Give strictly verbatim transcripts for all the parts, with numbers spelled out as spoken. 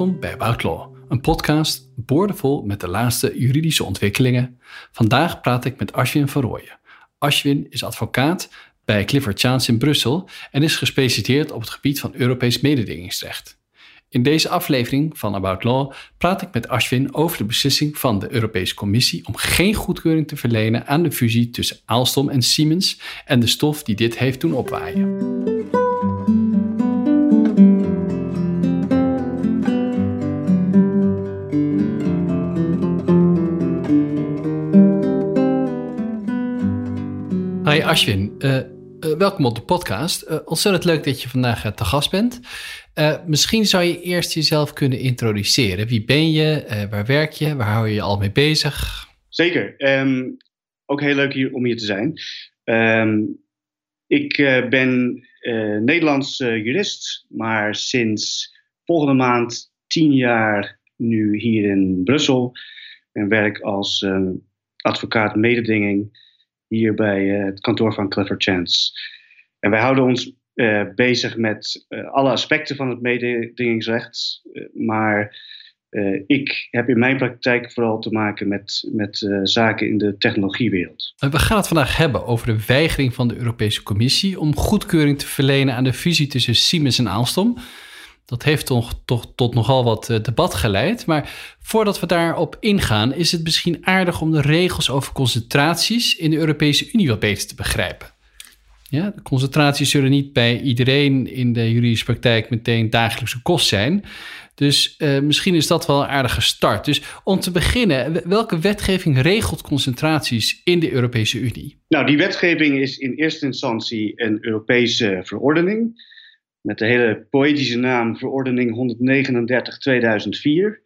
Welkom bij About Law, een podcast boordevol met de laatste juridische ontwikkelingen. Vandaag praat ik met Ashwin van Rooyen. Ashwin is advocaat bij Clifford Chance in Brussel en is gespecialiseerd op het gebied van Europees mededingingsrecht. In deze aflevering van About Law praat ik met Ashwin over de beslissing van de Europese Commissie om geen goedkeuring te verlenen aan de fusie tussen Alstom en Siemens en de stof die dit heeft doen opwaaien. Hi Ashwin, uh, uh, welkom op de podcast. Uh, ontzettend leuk dat je vandaag uh, te gast bent. Uh, misschien zou je eerst jezelf kunnen introduceren. Wie ben je? Uh, waar werk je? Waar hou je je al mee bezig? Zeker. Um, ook heel leuk hier, om hier te zijn. Um, ik uh, ben uh, Nederlands uh, jurist, maar sinds volgende maand tien jaar nu hier in Brussel. En werk als uh, advocaat mededinging hier bij uh, het kantoor van Clifford Chance. En wij houden ons uh, bezig met uh, alle aspecten van het mededingingsrecht. Uh, maar uh, ik heb in mijn praktijk vooral te maken met, met uh, zaken in de technologiewereld. We gaan het vandaag hebben over de weigering van de Europese Commissie om goedkeuring te verlenen aan de fusie tussen Siemens en Alstom. Dat heeft toch, toch tot nogal wat uh, debat geleid. Maar voordat we daarop ingaan, is het misschien aardig om de regels over concentraties in de Europese Unie wat beter te begrijpen. Ja, de concentraties zullen niet bij iedereen in de juridische praktijk meteen dagelijkse kost zijn. Dus uh, misschien is dat wel een aardige start. Dus om te beginnen, welke wetgeving regelt concentraties in de Europese Unie? Nou, die wetgeving is in eerste instantie een Europese verordening. Met de hele poëtische naam Verordening honderdnegenendertig tweeduizend vier.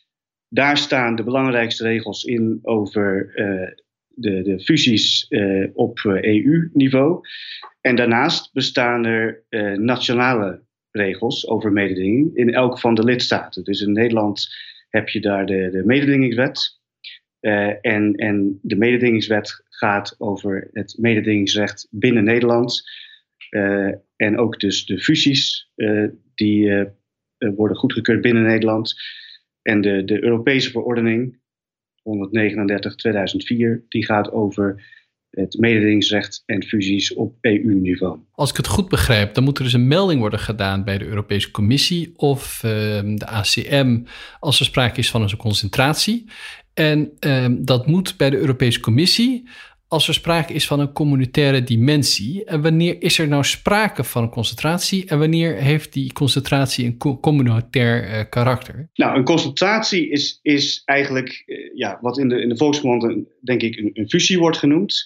Daar staan de belangrijkste regels in over uh, de, de fusies uh, op uh, E U-niveau. En daarnaast bestaan er uh, nationale regels over mededinging in elk van de lidstaten. Dus in Nederland heb je daar de, de mededingingswet. Uh, en, en de mededingingswet gaat over het mededingingsrecht binnen Nederland. Uh, en ook dus de fusies uh, die uh, worden goedgekeurd binnen Nederland. En de, de Europese verordening honderdnegenendertig tweeduizend vier, die gaat over het mededingingsrecht en fusies op E U-niveau. Als ik het goed begrijp, dan moet er dus een melding worden gedaan bij de Europese Commissie of uh, de A C M als er sprake is van een concentratie. En uh, dat moet bij de Europese Commissie als er sprake is van een communautaire dimensie. En wanneer is er nou sprake van een concentratie en wanneer heeft die concentratie een co- communautair uh, karakter? Nou, een concentratie is, is eigenlijk uh, ja, wat in de, in de volksmond een, denk ik een, een fusie wordt genoemd.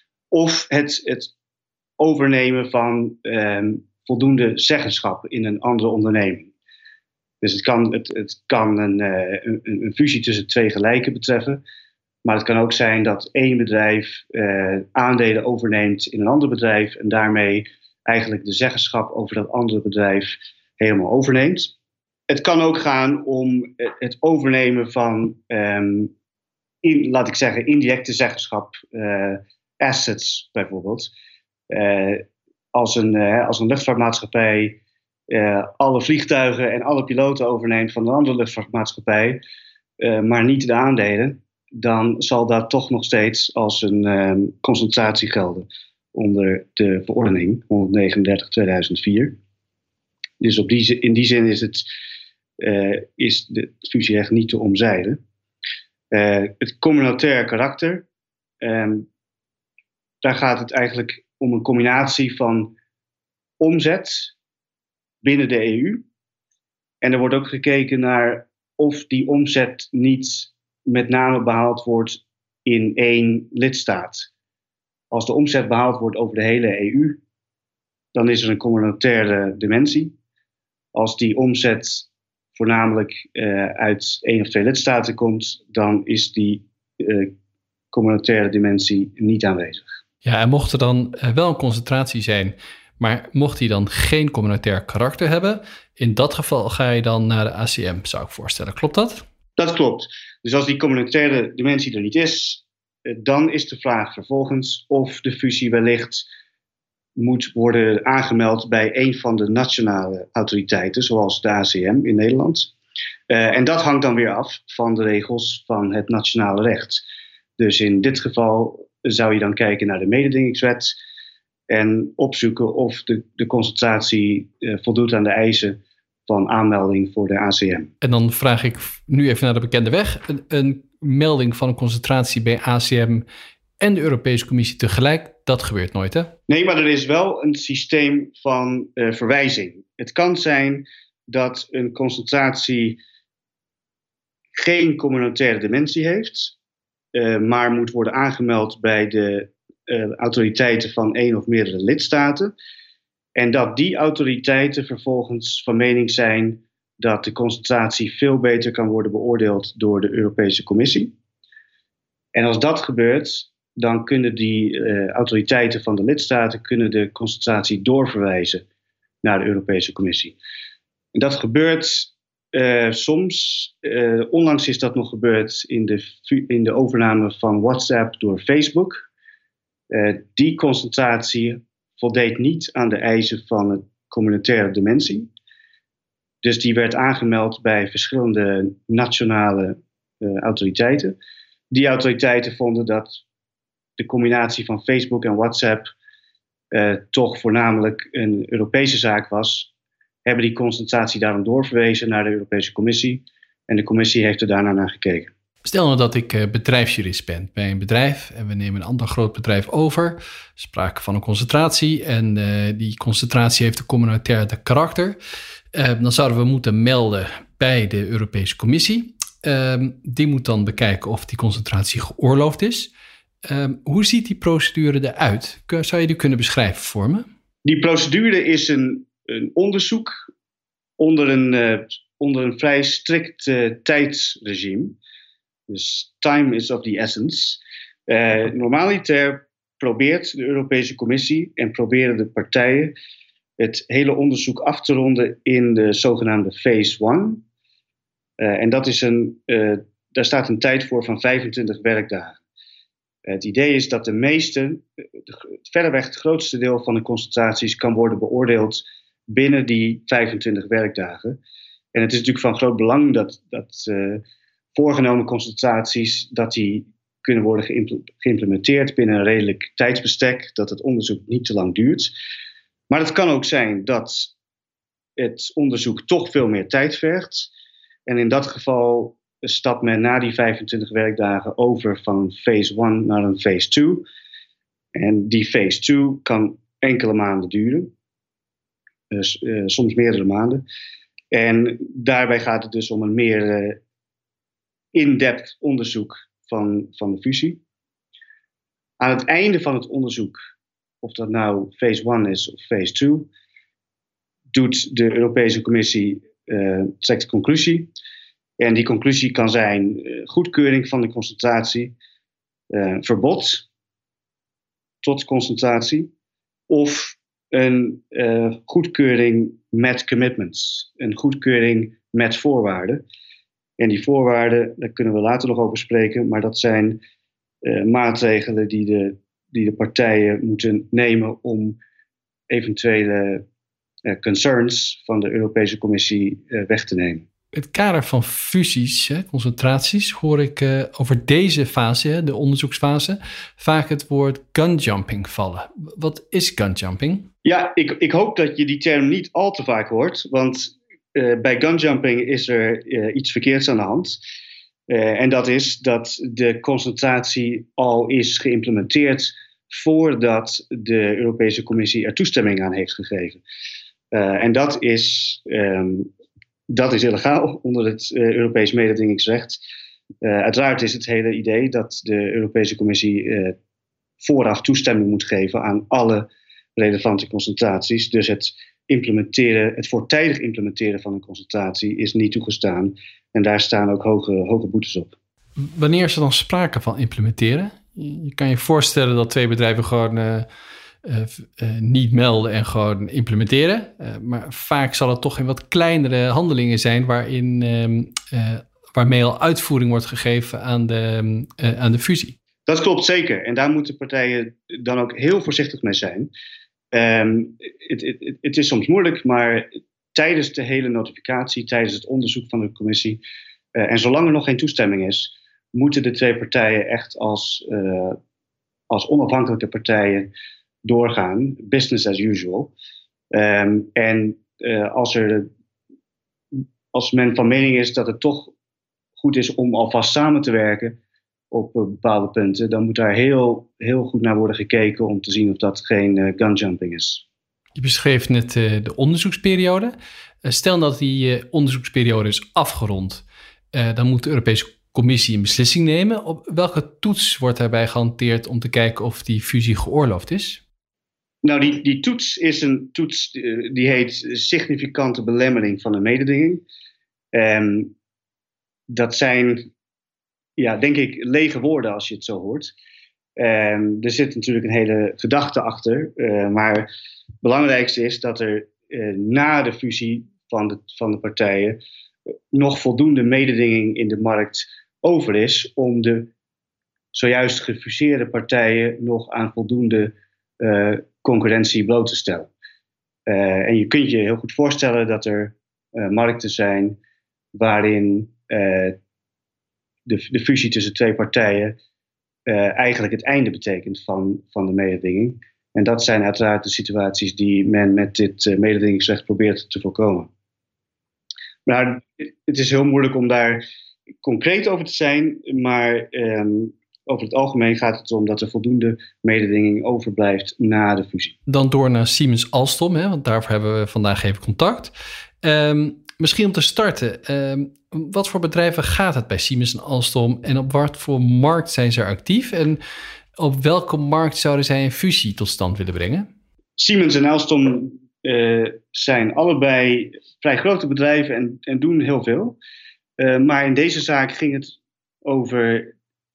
Of het, het overnemen van um, voldoende zeggenschap in een andere onderneming. Dus het kan, het, het kan een, uh, een, een fusie tussen twee gelijken betreffen. Maar het kan ook zijn dat één bedrijf uh, aandelen overneemt in een ander bedrijf en daarmee eigenlijk de zeggenschap over dat andere bedrijf helemaal overneemt. Het kan ook gaan om het overnemen van, um, in, laat ik zeggen, indirecte zeggenschap, uh, assets bijvoorbeeld. Uh, als, een, uh, als een luchtvaartmaatschappij uh, alle vliegtuigen en alle piloten overneemt van een andere luchtvaartmaatschappij, uh, maar niet de aandelen, dan zal dat toch nog steeds als een um, concentratie gelden onder de verordening honderdnegenendertig tweeduizend vier. Dus op die, in die zin is het uh, is de fusierecht niet te omzeilen. Uh, het communautair karakter, um, daar gaat het eigenlijk om een combinatie van omzet binnen de E U. En er wordt ook gekeken naar of die omzet niet met name behaald wordt in één lidstaat. Als de omzet behaald wordt over de hele E U, dan is er een communautaire dimensie. Als die omzet voornamelijk uh, uit één of twee lidstaten komt, dan is die uh, communautaire dimensie niet aanwezig. Ja, en mocht er dan uh, wel een concentratie zijn, maar mocht die dan geen communautair karakter hebben, in dat geval ga je dan naar de A C M, zou ik voorstellen. Klopt dat? Dat klopt. Dus als die communautaire dimensie er niet is, dan is de vraag vervolgens of de fusie wellicht moet worden aangemeld bij een van de nationale autoriteiten, zoals de A C M in Nederland. Uh, en dat hangt dan weer af van de regels van het nationale recht. Dus in dit geval zou je dan kijken naar de mededingingswet en opzoeken of de, de concentratie uh, voldoet aan de eisen van aanmelding voor de A C M. En dan vraag ik nu even naar de bekende weg. Een, een melding van een concentratie bij A C M en de Europese Commissie tegelijk, dat gebeurt nooit, hè? Nee, maar er is wel een systeem van uh, verwijzing. Het kan zijn dat een concentratie geen communautaire dimensie heeft, uh, maar moet worden aangemeld bij de uh, autoriteiten van één of meerdere lidstaten. En dat die autoriteiten vervolgens van mening zijn dat de concentratie veel beter kan worden beoordeeld door de Europese Commissie. En als dat gebeurt, dan kunnen die uh, autoriteiten van de lidstaten kunnen de concentratie doorverwijzen naar de Europese Commissie. En dat gebeurt uh, soms. Uh, onlangs is dat nog gebeurd in de, in de overname van WhatsApp door Facebook. Uh, die concentratie voldeed niet aan de eisen van de communautaire dimensie. Dus die werd aangemeld bij verschillende nationale uh, autoriteiten. Die autoriteiten vonden dat de combinatie van Facebook en WhatsApp uh, toch voornamelijk een Europese zaak was. Hebben die concentratie daarom doorverwezen naar de Europese Commissie. En de Commissie heeft er daarna naar gekeken. Stel nou dat ik uh, bedrijfsjurist ben bij een bedrijf en we nemen een ander groot bedrijf over. Sprake van een concentratie en uh, die concentratie heeft een communautair karakter. Uh, dan zouden we moeten melden bij de Europese Commissie. Uh, die moet dan bekijken of die concentratie geoorloofd is. Uh, hoe ziet die procedure eruit? Zou je die kunnen beschrijven voor me? Die procedure is een, een onderzoek onder een, uh, onder een vrij strikt uh, tijdsregime. Dus time is of the essence. Uh, normaliter probeert de Europese Commissie en proberen de partijen het hele onderzoek af te ronden in de zogenaamde phase one. Uh, en dat is een, uh, daar staat een tijd voor van vijfentwintig werkdagen. Uh, het idee is dat de meeste, de, verreweg het grootste deel van de concentraties kan worden beoordeeld binnen die vijfentwintig werkdagen. En het is natuurlijk van groot belang dat, dat uh, voorgenomen concentraties dat die kunnen worden geïmplementeerd binnen een redelijk tijdsbestek, dat het onderzoek niet te lang duurt. Maar het kan ook zijn dat het onderzoek toch veel meer tijd vergt. En in dat geval stapt men na die vijfentwintig werkdagen over van phase one naar een phase two. En die phase two kan enkele maanden duren. Dus uh, soms meerdere maanden. En daarbij gaat het dus om een meer uh, in-depth onderzoek van, van de fusie. Aan het einde van het onderzoek, of dat nou phase one is of phase two, doet de Europese Commissie uh, trekt de conclusie. En die conclusie kan zijn uh, goedkeuring van de concentratie, uh, verbod tot concentratie, of een uh, goedkeuring met commitments, een goedkeuring met voorwaarden. En die voorwaarden, daar kunnen we later nog over spreken, maar dat zijn uh, maatregelen die de, die de partijen moeten nemen om eventuele uh, concerns van de Europese Commissie uh, weg te nemen. In het kader van fusies, hè, concentraties, hoor ik uh, over deze fase, hè, de onderzoeksfase, vaak het woord gunjumping vallen. Wat is gunjumping? Ja, ik, ik hoop dat je die term niet al te vaak hoort, want uh, bij gunjumping is er uh, iets verkeerds aan de hand. Uh, en dat is dat de concentratie al is geïmplementeerd voordat de Europese Commissie er toestemming aan heeft gegeven. Uh, en dat is... Um, Dat is illegaal onder het uh, Europees mededingingsrecht. Uh, uiteraard is het hele idee dat de Europese Commissie uh, vooraf toestemming moet geven aan alle relevante concentraties. Dus het implementeren, het voortijdig implementeren van een concentratie is niet toegestaan. En daar staan ook hoge, hoge boetes op. Wanneer is er dan sprake van implementeren? Je kan je voorstellen dat twee bedrijven gewoon uh, uh, uh, niet melden en gewoon implementeren. Uh, maar vaak zal het toch in wat kleinere handelingen zijn waarin, um, uh, waarmee al uitvoering wordt gegeven aan de, uh, aan de fusie. Dat klopt zeker. En daar moeten partijen dan ook heel voorzichtig mee zijn. Um, het, het, het is soms moeilijk, maar tijdens de hele notificatie, tijdens het onderzoek van de commissie. Uh, en zolang er nog geen toestemming is, moeten de twee partijen echt als, uh, als onafhankelijke partijen doorgaan. Business as usual. Um, en uh, als, er, als men van mening is dat het toch goed is om alvast samen te werken op uh, bepaalde punten, dan moet daar heel, heel goed naar worden gekeken om te zien of dat geen uh, gunjumping is. Je beschreef net uh, de onderzoeksperiode. Uh, stel dat die uh, onderzoeksperiode is afgerond, uh, dan moet de Europese Commissie een beslissing nemen. Op welke toets wordt daarbij gehanteerd om te kijken of die fusie geoorloofd is? Nou, die, die toets is een toets uh, die heet significante belemmering van de mededinging. Um, dat zijn, ja, denk ik, lege woorden als je het zo hoort. Um, er zit natuurlijk een hele gedachte achter. Uh, maar het belangrijkste is dat er uh, na de fusie van de, van de partijen uh, nog voldoende mededinging in de markt over is om de zojuist gefuseerde partijen nog aan voldoende uh, concurrentie bloot te stellen. Uh, en je kunt je heel goed voorstellen dat er uh, markten zijn waarin uh, de, de fusie tussen twee partijen uh, eigenlijk het einde betekent van, van de mededinging. En dat zijn uiteraard de situaties die men met dit uh, mededingingsrecht probeert te voorkomen. Maar het is heel moeilijk om daar concreet over te zijn, maar um, over het algemeen gaat het erom dat er voldoende mededinging overblijft na de fusie. Dan door naar Siemens Alstom, hè, want daarvoor hebben we vandaag even contact. Um, misschien om te starten, um, wat voor bedrijven gaat het bij Siemens en Alstom en op wat voor markt zijn ze actief en op welke markt zouden zij een fusie tot stand willen brengen? Siemens en Alstom uh, zijn allebei vrij grote bedrijven en, en doen heel veel. Uh, maar in deze zaak ging het over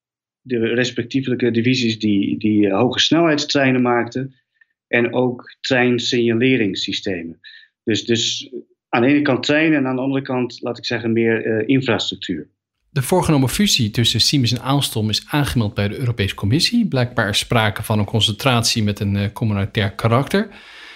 de respectievelijke divisies die, die uh, hoge snelheidstreinen maakten en ook treinsignaleringssystemen. Dus, dus aan de ene kant treinen en aan de andere kant, laat ik zeggen, meer uh, infrastructuur. De voorgenomen fusie tussen Siemens en Alstom is aangemeld bij de Europese Commissie. Blijkbaar is sprake van een concentratie met een uh, communautair karakter.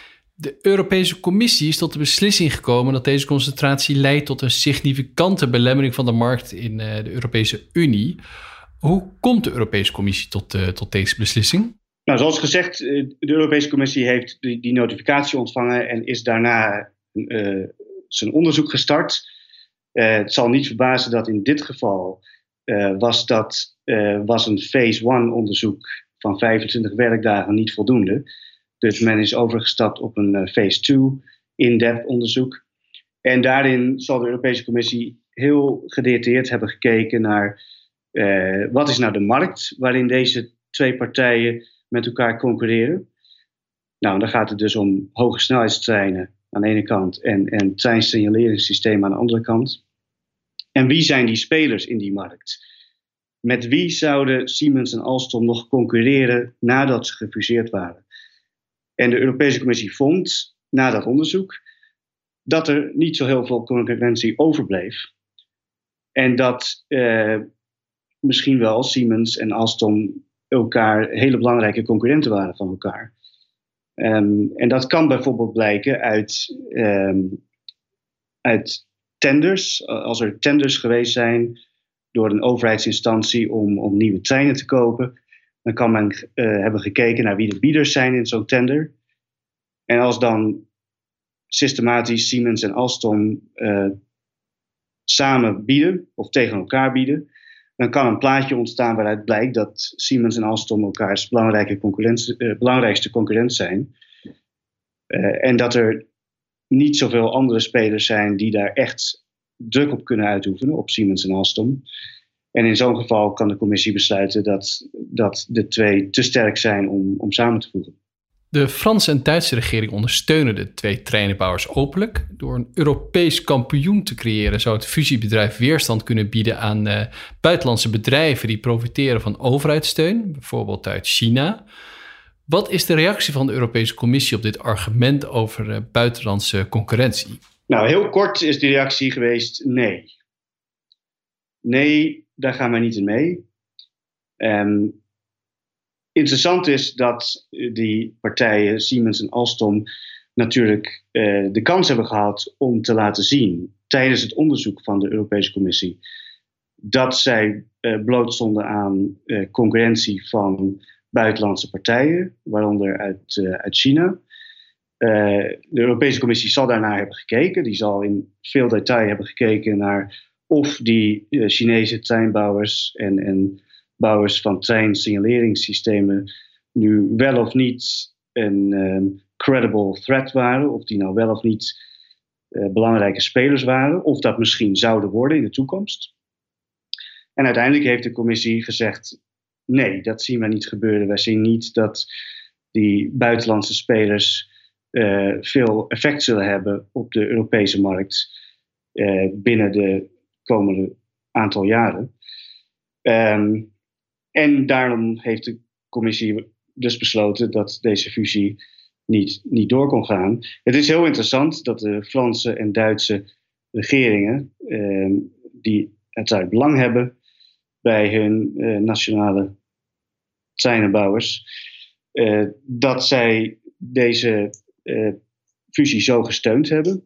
De Europese Commissie is tot de beslissing gekomen dat deze concentratie leidt tot een significante belemmering van de markt in uh, de Europese Unie. Hoe komt de Europese Commissie tot, uh, tot deze beslissing? Nou, zoals gezegd, de Europese Commissie heeft die, die notificatie ontvangen en is daarna uh, zijn onderzoek gestart. Uh, het zal niet verbazen dat in dit geval uh, was, dat, uh, was een phase one onderzoek van vijfentwintig werkdagen niet voldoende. Dus men is overgestapt op een uh, phase two in-depth onderzoek. En daarin zal de Europese Commissie heel gedetailleerd hebben gekeken naar uh, wat is nou de markt waarin deze twee partijen met elkaar concurreren. Nou, dan gaat het dus om hoge snelheidstreinen aan de ene kant en, en treinsignaleringssystemen aan de andere kant. En wie zijn die spelers in die markt? Met wie zouden Siemens en Alstom nog concurreren nadat ze gefuseerd waren? En de Europese Commissie vond, na dat onderzoek, dat er niet zo heel veel concurrentie overbleef. En dat eh, misschien wel Siemens en Alstom elkaar hele belangrijke concurrenten waren van elkaar. Um, en dat kan bijvoorbeeld blijken uit, um, uit tenders. Als er tenders geweest zijn door een overheidsinstantie om, om nieuwe treinen te kopen, dan kan men uh, hebben gekeken naar wie de bieders zijn in zo'n tender. En als dan systematisch Siemens en Alstom uh, samen bieden of tegen elkaar bieden, dan kan een plaatje ontstaan waaruit blijkt dat Siemens en Alstom elkaars belangrijke concurrent, uh, belangrijkste concurrent zijn. Uh, en dat er niet zoveel andere spelers zijn die daar echt druk op kunnen uitoefenen, op Siemens en Alstom. En in zo'n geval kan de commissie besluiten dat, dat de twee te sterk zijn om, om samen te voegen. De Franse en Duitse regering ondersteunen de twee treinenbouwers openlijk. Door een Europees kampioen te creëren zou het fusiebedrijf weerstand kunnen bieden aan uh, buitenlandse bedrijven die profiteren van overheidssteun, bijvoorbeeld uit China. Wat is de reactie van de Europese Commissie op dit argument over uh, buitenlandse concurrentie? Nou, heel kort is de reactie geweest nee. Nee, daar gaan wij niet in mee. Um, Interessant is dat die partijen, Siemens en Alstom, natuurlijk uh, de kans hebben gehad om te laten zien tijdens het onderzoek van de Europese Commissie dat zij uh, blootstonden aan uh, concurrentie van buitenlandse partijen, waaronder uit, uh, uit China. Uh, de Europese Commissie zal daarnaar hebben gekeken. Die zal in veel detail hebben gekeken naar of die uh, Chinese treinbouwers en, en bouwers van treinsignaleringssystemen nu wel of niet een um, credible threat waren, of die nou wel of niet uh, belangrijke spelers waren, of dat misschien zouden worden in de toekomst. En uiteindelijk heeft de commissie gezegd, nee, dat zien we niet gebeuren. Wij zien niet dat die buitenlandse spelers uh, veel effect zullen hebben op de Europese markt uh, binnen de komende aantal jaren. Um, en daarom heeft de commissie dus besloten dat deze fusie niet, niet door kon gaan. Het is heel interessant dat de Franse en Duitse regeringen, uh, die uiteraard belang hebben bij hun uh, nationale treinenbouwers, uh, dat zij deze uh, fusie zo gesteund hebben.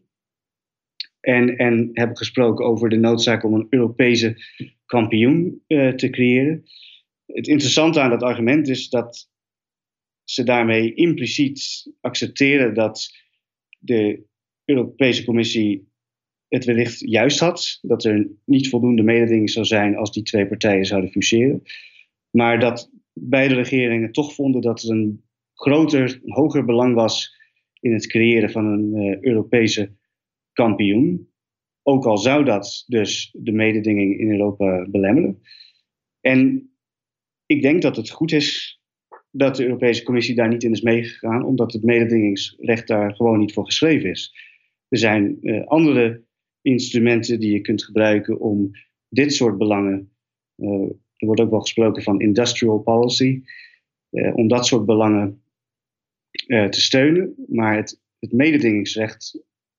En, en hebben gesproken over de noodzaak om een Europese kampioen uh, te creëren. Het interessante aan dat argument is dat ze daarmee impliciet accepteren dat de Europese Commissie het wellicht juist had. Dat er niet voldoende mededinging zou zijn als die twee partijen zouden fuseren. Maar dat beide regeringen toch vonden dat er een groter, een hoger belang was in het creëren van een uh, Europese kampioen. Ook al zou dat dus de mededinging in Europa belemmeren. En ik denk dat het goed is dat de Europese Commissie daar niet in is meegegaan, omdat het mededingingsrecht daar gewoon niet voor geschreven is. Er zijn uh, andere instrumenten die je kunt gebruiken om dit soort belangen, uh, er wordt ook wel gesproken van industrial policy, uh, om dat soort belangen uh, te steunen. Maar het, het mededingingsrecht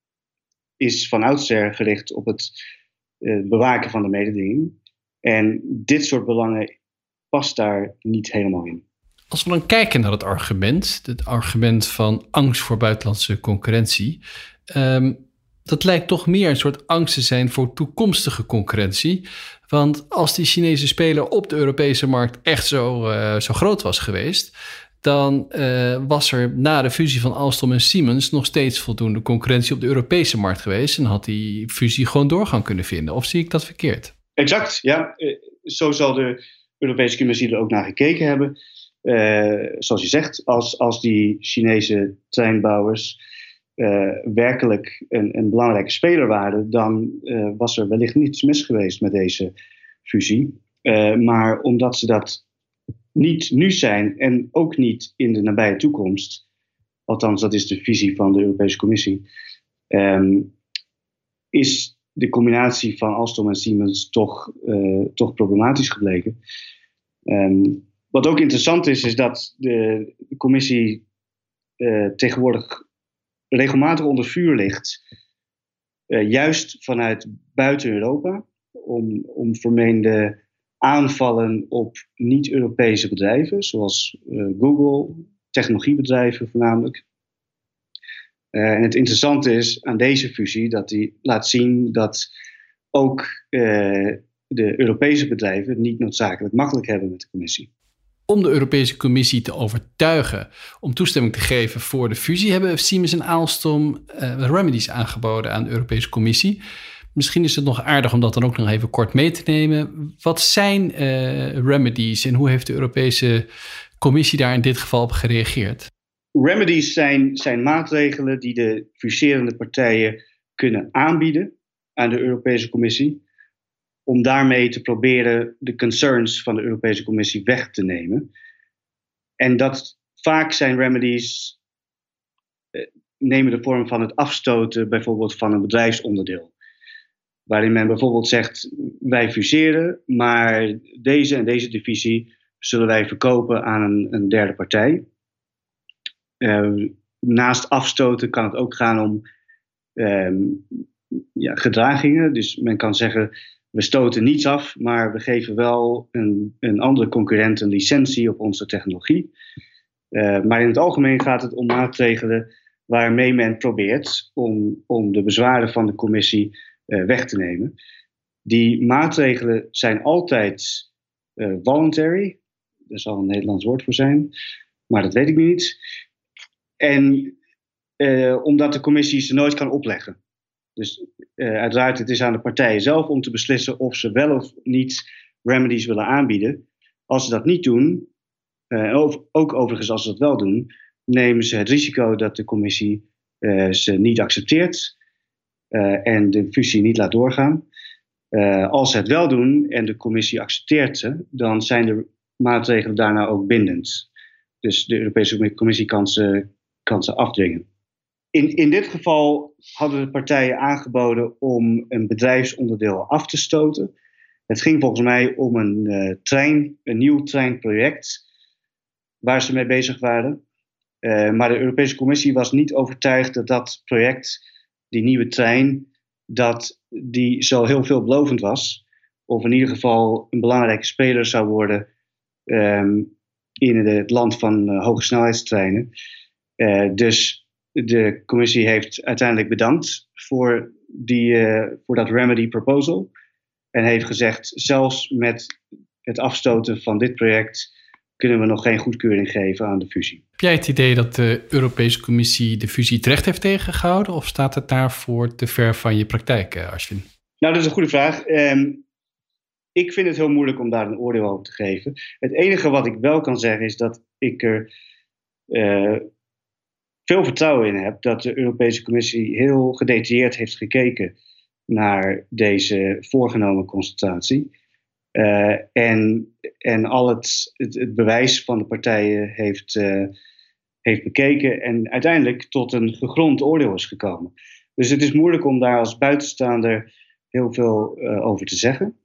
is van oudsher gericht op het uh, bewaken van de mededinging. En dit soort belangen past daar niet helemaal in. Als we dan kijken naar het argument, het argument van angst voor buitenlandse concurrentie, um, dat lijkt toch meer een soort angst te zijn voor toekomstige concurrentie. Want als die Chinese speler op de Europese markt echt zo, uh, zo groot was geweest, dan uh, was er na de fusie van Alstom en Siemens nog steeds voldoende concurrentie op de Europese markt geweest en had die fusie gewoon doorgang kunnen vinden. Of zie ik dat verkeerd? Exact, ja. Uh, zo zal de Europese Commissie er ook naar gekeken hebben. Uh, zoals je zegt, als, als die Chinese treinbouwers uh, werkelijk een, een belangrijke speler waren, dan uh, was er wellicht niets mis geweest met deze fusie. Uh, maar omdat ze dat niet nu zijn en ook niet in de nabije toekomst, althans dat is de visie van de Europese Commissie, um, is de combinatie van Alstom en Siemens toch, uh, toch problematisch gebleken. Um, Wat ook interessant is, is dat de commissie uh, tegenwoordig regelmatig onder vuur ligt. Uh, juist vanuit buiten Europa. Om, om vermeende aanvallen op niet-Europese bedrijven. Zoals uh, Google, technologiebedrijven voornamelijk. Uh, en het interessante is aan deze fusie dat die laat zien dat ook uh, de Europese bedrijven het niet noodzakelijk makkelijk hebben met de commissie. Om de Europese Commissie te overtuigen om toestemming te geven voor de fusie, hebben Siemens en Alstom uh, remedies aangeboden aan de Europese Commissie. Misschien is het nog aardig om dat dan ook nog even kort mee te nemen. Wat zijn uh, remedies en hoe heeft de Europese Commissie daar in dit geval op gereageerd? Remedies zijn, zijn maatregelen die de fuserende partijen kunnen aanbieden aan de Europese Commissie, om daarmee te proberen de concerns van de Europese Commissie weg te nemen. En dat vaak zijn remedies eh, nemen de vorm van het afstoten bijvoorbeeld van een bedrijfsonderdeel. Waarin men bijvoorbeeld zegt, wij fuseren, maar deze en deze divisie zullen wij verkopen aan een, een derde partij. Uh, naast afstoten kan het ook gaan om um, ja, gedragingen. Dus men kan zeggen, we stoten niets af, maar we geven wel een, een andere concurrent een licentie op onze technologie. Uh, maar in het algemeen gaat het om maatregelen waarmee men probeert om, om de bezwaren van de commissie uh, weg te nemen. Die maatregelen zijn altijd uh, voluntary. Er zal een Nederlands woord voor zijn, maar dat weet ik niet. En uh, omdat de commissie ze nooit kan opleggen. Dus uh, uiteraard, het is aan de partijen zelf om te beslissen of ze wel of niet remedies willen aanbieden. Als ze dat niet doen, uh, ook, ook overigens als ze dat wel doen, nemen ze het risico dat de commissie uh, ze niet accepteert uh, en de fusie niet laat doorgaan. Uh, als ze het wel doen en de commissie accepteert ze, dan zijn de maatregelen daarna ook bindend. Dus de Europese Commissie kan ze, kan ze afdwingen. In, in dit geval hadden de partijen aangeboden om een bedrijfsonderdeel af te stoten. Het ging volgens mij om een, uh, trein, een nieuw treinproject waar ze mee bezig waren. Uh, maar de Europese Commissie was niet overtuigd dat dat project, die nieuwe trein, dat die zo heel veelbelovend was. Of in ieder geval een belangrijke speler zou worden um, in het land van uh, hoge snelheidstreinen. Uh, dus de commissie heeft uiteindelijk bedankt voor, die, uh, voor dat remedy proposal. En heeft gezegd, zelfs met het afstoten van dit project kunnen we nog geen goedkeuring geven aan de fusie. Heb jij het idee dat de Europese Commissie de fusie terecht heeft tegengehouden? Of staat het daarvoor te ver van je praktijk, Ashwin? Nou, dat is een goede vraag. Um, ik vind het heel moeilijk om daar een oordeel over te geven. Het enige wat ik wel kan zeggen is dat ik er uh, veel vertrouwen in heb dat de Europese Commissie heel gedetailleerd heeft gekeken naar deze voorgenomen consultatie. Uh, en, en al het, het, het bewijs van de partijen heeft, uh, heeft bekeken en uiteindelijk tot een gegrond oordeel is gekomen. Dus het is moeilijk om daar als buitenstaander heel veel uh, over te zeggen.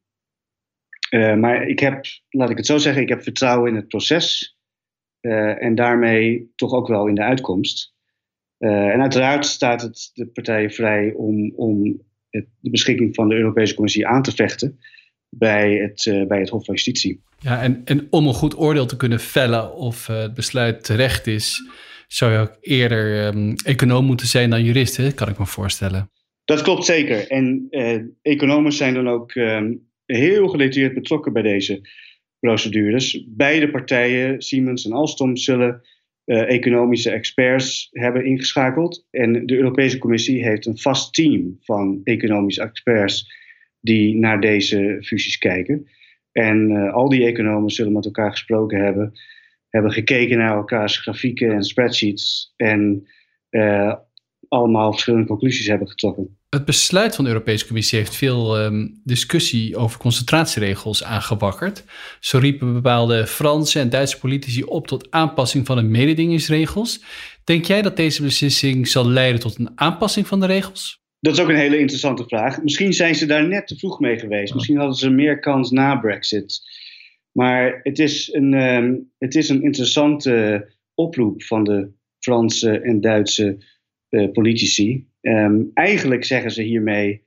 Uh, maar ik heb, laat ik het zo zeggen, ik heb vertrouwen in het proces uh, en daarmee toch ook wel in de uitkomst. Uh, en uiteraard staat het de partijen vrij om, om het, de beschikking van de Europese Commissie aan te vechten bij het, uh, bij het Hof van Justitie. Ja, en, en om een goed oordeel te kunnen vellen of uh, het besluit terecht is, zou je ook eerder um, econoom moeten zijn dan jurist, hè? Kan ik me voorstellen. Dat klopt zeker. En uh, economen zijn dan ook um, heel gedetailleerd betrokken bij deze procedures. Beide partijen, Siemens en Alstom, zullen uh, economische experts hebben ingeschakeld. En de Europese Commissie heeft een vast team van economische experts die naar deze fusies kijken. En uh, al die economen zullen met elkaar gesproken hebben, hebben gekeken naar elkaars grafieken en spreadsheets en uh, allemaal verschillende conclusies hebben getrokken. Het besluit van de Europese Commissie heeft veel um, discussie over concentratieregels aangewakkerd. Zo riepen bepaalde Franse en Duitse politici op tot aanpassing van de mededingingsregels. Denk jij dat deze beslissing zal leiden tot een aanpassing van de regels? Dat is ook een hele interessante vraag. Misschien zijn ze daar net te vroeg mee geweest. Misschien hadden ze meer kans na Brexit. Maar het is een, um, het is een interessante oproep van de Franse en Duitse uh, politici. Um, eigenlijk zeggen ze hiermee,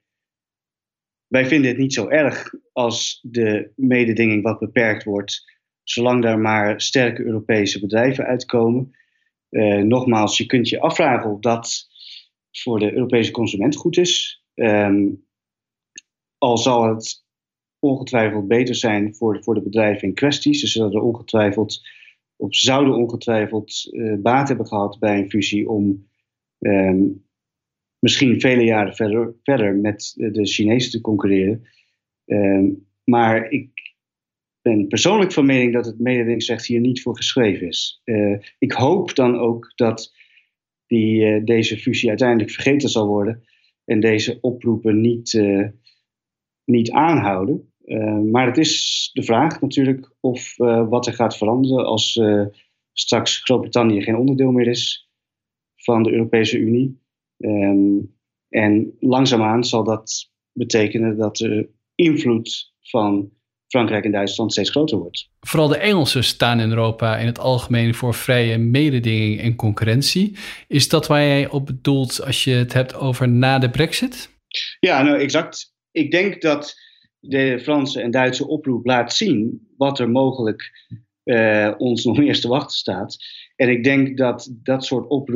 wij vinden het niet zo erg als de mededinging wat beperkt wordt, zolang daar maar sterke Europese bedrijven uitkomen. Uh, nogmaals, je kunt je afvragen of dat voor de Europese consument goed is. Um, al zal het ongetwijfeld beter zijn voor de, voor de bedrijven in kwestie. Ze zullen er ongetwijfeld, of zouden ongetwijfeld uh, baat hebben gehad bij een fusie om um, misschien vele jaren verder, verder met de Chinezen te concurreren. Um, maar ik ben persoonlijk van mening dat het mededingingsrecht hier niet voor geschreven is. Uh, ik hoop dan ook dat die, uh, deze fusie uiteindelijk vergeten zal worden en deze oproepen niet, uh, niet aanhouden. Uh, maar het is de vraag natuurlijk of uh, wat er gaat veranderen als uh, straks Groot-Brittannië geen onderdeel meer is van de Europese Unie. Um, en langzaamaan zal dat betekenen dat de invloed van Frankrijk en Duitsland steeds groter wordt. Vooral de Engelsen staan in Europa in het algemeen voor vrije mededinging en concurrentie. Is dat waar jij op bedoelt als je het hebt over na de Brexit? Ja, nou exact. Ik denk dat de Franse en Duitse oproep laat zien wat er mogelijk uh, ons nog eerst te wachten staat. En ik denk dat dat soort oproepen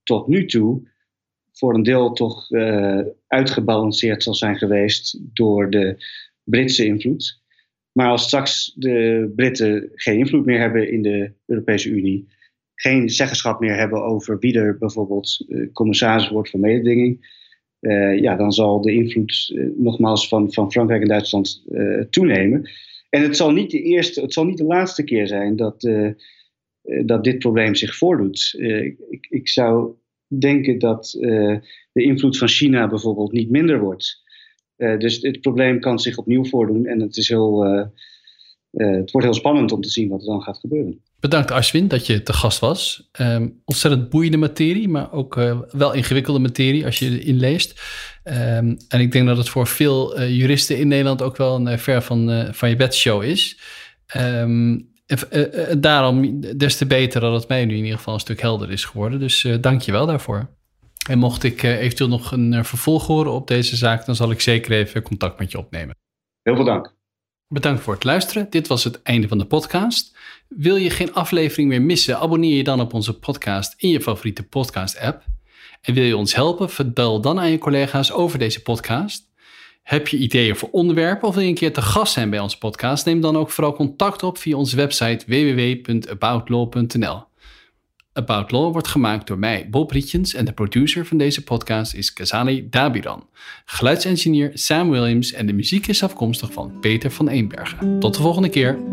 tot nu toe voor een deel toch uh, uitgebalanceerd zal zijn geweest door de Britse invloed. Maar als straks de Britten geen invloed meer hebben in de Europese Unie, geen zeggenschap meer hebben over wie er bijvoorbeeld uh, commissaris wordt voor mededinging, uh, ja, dan zal de invloed uh, nogmaals van, van Frankrijk en Duitsland uh, toenemen. En het zal niet de eerste, het zal niet de laatste keer zijn dat, uh, uh, dat dit probleem zich voordoet. Uh, ik, ik zou denken dat uh, de invloed van China bijvoorbeeld niet minder wordt. Uh, dus het probleem kan zich opnieuw voordoen en het, is heel, uh, uh, het wordt heel spannend om te zien wat er dan gaat gebeuren. Bedankt Ashwin dat je te gast was. Um, ontzettend boeiende materie, maar ook uh, wel ingewikkelde materie als je erin leest. Um, en ik denk dat het voor veel uh, juristen in Nederland ook wel een uh, ver van, uh, van je bedshow is. Um, en, uh, uh, daarom des te beter dat het mij nu in ieder geval een stuk helder is geworden. Dus uh, dank je wel daarvoor. En mocht ik uh, eventueel nog een uh, vervolg horen op deze zaak, dan zal ik zeker even contact met je opnemen. Heel veel dank. Bedankt voor het luisteren. Dit was het einde van de podcast. Wil je geen aflevering meer missen? Abonneer je dan op onze podcast in je favoriete podcast-app. En wil je ons helpen? Vertel dan aan je collega's over deze podcast. Heb je ideeën voor onderwerpen of wil je een keer te gast zijn bij onze podcast? Neem dan ook vooral contact op via onze website w w w punt about law punt n l. About Law wordt gemaakt door mij, Bob Rietjens, en de producer van deze podcast is Kazali Dabiran. Geluidsengineer Sam Williams en de muziek is afkomstig van Peter van Eenbergen. Tot de volgende keer.